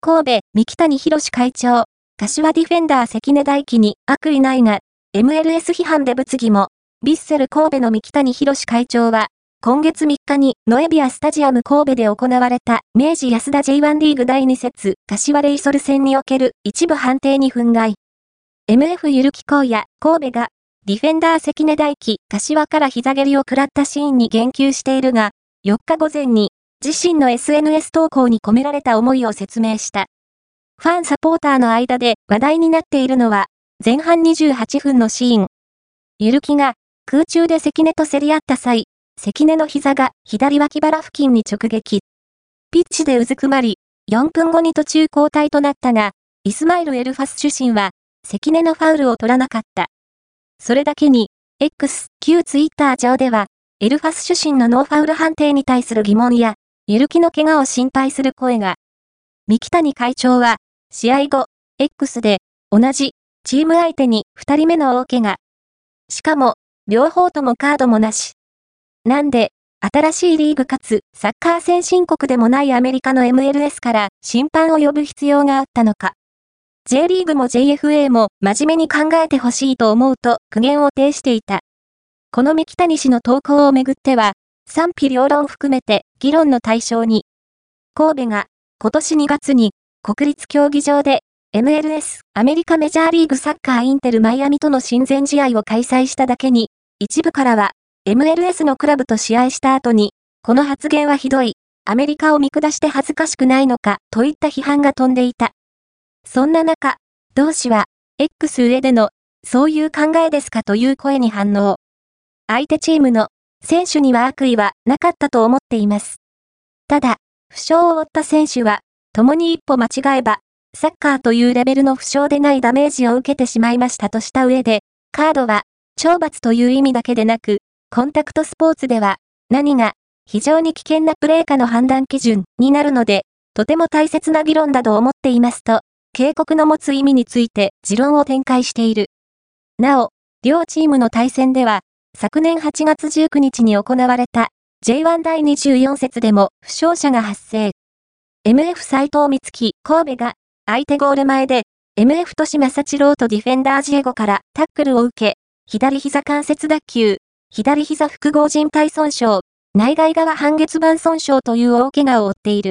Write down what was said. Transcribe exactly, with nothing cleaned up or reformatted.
神戸、三木谷博会長、柏ディフェンダー関根大輝に悪意ないが、エムエルエス 批判で物議も、ヴィッセル神戸の三木谷博会長は、今月みっかにノエビアスタジアム神戸で行われた明治安田 ジェイワン リーグだいに節柏レイソル戦における一部判定に憤慨。エムエフ ゆるき荒野神戸が、ディフェンダー関根大輝柏から膝蹴りを食らったシーンに言及しているが、よっか午前に、自身の エスエヌエス 投稿に込められた思いを説明した。ファンサポーターの間で話題になっているのは、前半にじゅうはっぷんのシーン。ゆるきが空中で関根と競り合った際、関根の膝が左脇腹付近に直撃。ピッチでうずくまり、よんぷんごに途中交代となったが、イスマイル・エルファス主審は、関根のファウルを取らなかった。それだけに、X、旧ツイッター上では、エルファス主審のノーファウル判定に対する疑問や、ゆるきの怪我を心配する声が。三木谷会長は、試合後、X で、同じ、チーム相手にふたりめの大怪我。しかも、両方ともカードもなし。なんで、新しいリーグかつ、サッカー先進国でもないアメリカの エムエルエス から審判を呼ぶ必要があったのか。J リーグも ジェイエフエー も真面目に考えてほしいと思うと苦言を呈していた。この三木谷氏の投稿をめぐっては、賛否両論含めて議論の対象に。神戸が今年にがつに国立競技場で エムエルエス アメリカメジャーリーグサッカーインテルマイアミとの親善試合を開催しただけに、一部からは エムエルエス のクラブと試合した後に、この発言はひどい、アメリカを見下して恥ずかしくないのかといった批判が飛んでいた。そんな中、同氏は X 上でのそういう考えですかという声に反応。相手チームの選手には悪意はなかったと思っています。ただ、負傷を負った選手は、共に一歩間違えば、サッカーというレベルの負傷でないダメージを受けてしまいましたとした上で、カードは、懲罰という意味だけでなく、コンタクトスポーツでは、何が非常に危険なプレーかの判断基準になるので、とても大切な議論だと思っていますと、警告の持つ意味について持論を展開している。なお、両チームの対戦では、昨年はちがつじゅうくにちに行われた ジェイワン だいにじゅうよん節でも負傷者が発生。エムエフ 斉藤光希神戸が相手ゴール前で エムエフ 都市正知郎とディフェンダージエゴからタックルを受け、左膝関節脱臼、左膝複合靭帯損傷、内外側半月板損傷という大怪我を負っている。